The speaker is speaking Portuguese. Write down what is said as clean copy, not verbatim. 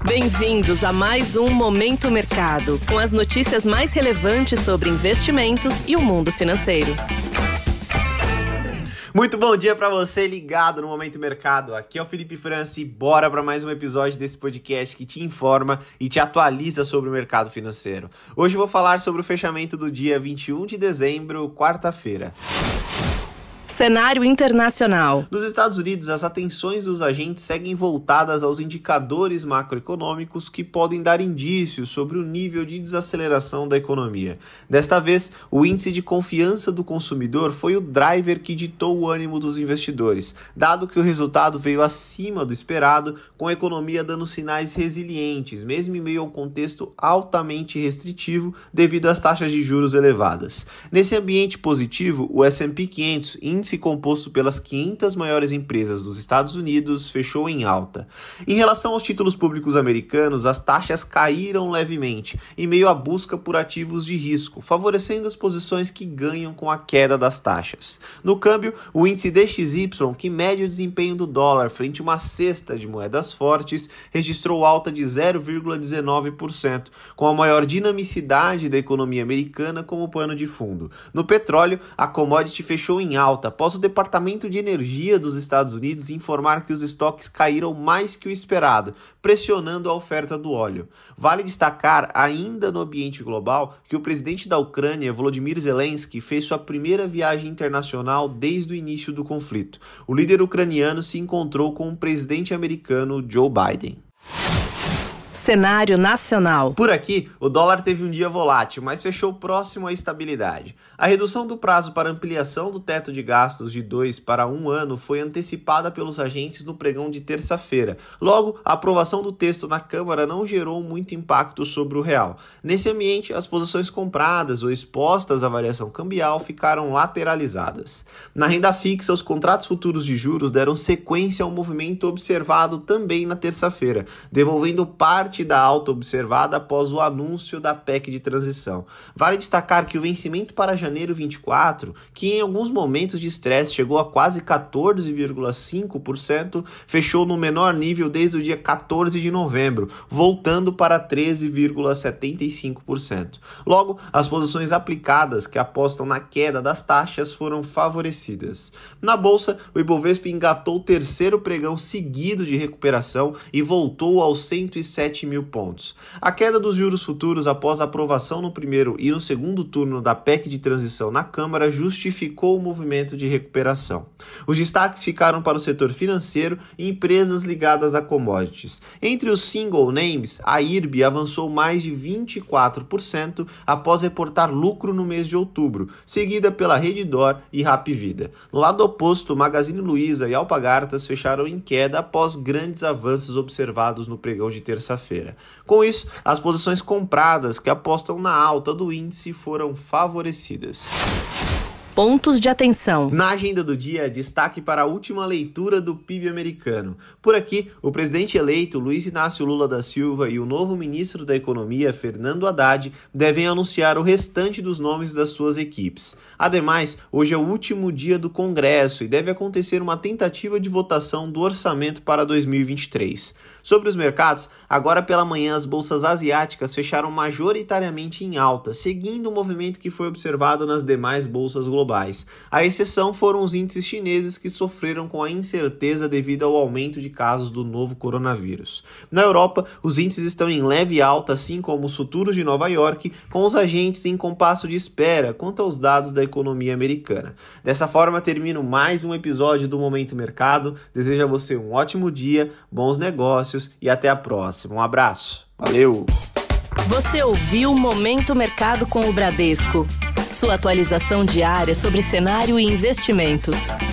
Bem-vindos a mais um Momento Mercado, com as notícias mais relevantes sobre investimentos e o mundo financeiro. Muito bom dia para você ligado no Momento Mercado. Aqui é o Felipe França e bora para mais um episódio desse podcast que te informa e te atualiza sobre o mercado financeiro. Hoje eu vou falar sobre o fechamento do dia 21 de dezembro, quarta-feira. Cenário internacional. Nos Estados Unidos, as atenções dos agentes seguem voltadas aos indicadores macroeconômicos que podem dar indícios sobre o nível de desaceleração da economia. Desta vez, o índice de confiança do consumidor foi o driver que ditou o ânimo dos investidores, dado que o resultado veio acima do esperado, com a economia dando sinais resilientes, mesmo em meio a um contexto altamente restritivo devido às taxas de juros elevadas. Nesse ambiente positivo, o S&P 500, índice composto pelas 500 maiores empresas dos Estados Unidos, fechou em alta. Em relação aos títulos públicos americanos, as taxas caíram levemente, em meio à busca por ativos de risco, favorecendo as posições que ganham com a queda das taxas. No câmbio, o índice DXY, que mede o desempenho do dólar frente a uma cesta de moedas fortes, registrou alta de 0,19%, com a maior dinamicidade da economia americana como pano de fundo. No petróleo, a commodity fechou em alta, após o Departamento de Energia dos Estados Unidos informar que os estoques caíram mais que o esperado, pressionando a oferta do óleo. Vale destacar, ainda no ambiente global, que o presidente da Ucrânia, Volodymyr Zelensky, fez sua primeira viagem internacional desde o início do conflito. O líder ucraniano se encontrou com o presidente americano Joe Biden. Cenário nacional. Por aqui, o dólar teve um dia volátil, mas fechou próximo à estabilidade. A redução do prazo para ampliação do teto de gastos de 2 para 1 ano foi antecipada pelos agentes no pregão de terça-feira. Logo, a aprovação do texto na Câmara não gerou muito impacto sobre o real. Nesse ambiente, as posições compradas ou expostas à variação cambial ficaram lateralizadas. Na renda fixa, os contratos futuros de juros deram sequência ao movimento observado também na terça-feira, devolvendo parte da alta observada após o anúncio da PEC de transição. Vale destacar que o vencimento para janeiro 24, que em alguns momentos de estresse chegou a quase 14,5%, fechou no menor nível desde o dia 14 de novembro, voltando para 13,75%. Logo, as posições aplicadas que apostam na queda das taxas foram favorecidas. Na bolsa, o Ibovespa engatou o terceiro pregão seguido de recuperação e voltou aos 107 mil pontos. A queda dos juros futuros após a aprovação no primeiro e no segundo turno da PEC de transição na Câmara justificou o movimento de recuperação. Os destaques ficaram para o setor financeiro e empresas ligadas a commodities. Entre os single names, a IRB avançou mais de 24% após reportar lucro no mês de outubro, seguida pela Redditor e Hapvida. No lado oposto, Magazine Luiza e Alpargatas fecharam em queda após grandes avanços observados no pregão de terça-feira. Com isso, as posições compradas que apostam na alta do índice foram favorecidas. Pontos de atenção. Na agenda do dia, destaque para a última leitura do PIB americano. Por aqui, o presidente eleito Luiz Inácio Lula da Silva e o novo ministro da Economia, Fernando Haddad, devem anunciar o restante dos nomes das suas equipes. Ademais, hoje é o último dia do Congresso e deve acontecer uma tentativa de votação do orçamento para 2023. Sobre os mercados, agora pela manhã as bolsas asiáticas fecharam majoritariamente em alta, seguindo o movimento que foi observado nas demais bolsas globais. A exceção foram os índices chineses que sofreram com a incerteza devido ao aumento de casos do novo coronavírus. Na Europa, os índices estão em leve alta, assim como os futuros de Nova York, com os agentes em compasso de espera quanto aos dados da economia americana. Dessa forma, termino mais um episódio do Momento Mercado. Desejo a você um ótimo dia, bons negócios e até a próxima. Um abraço. Valeu! Você ouviu Momento Mercado com o Bradesco. Sua atualização diária sobre cenário e investimentos.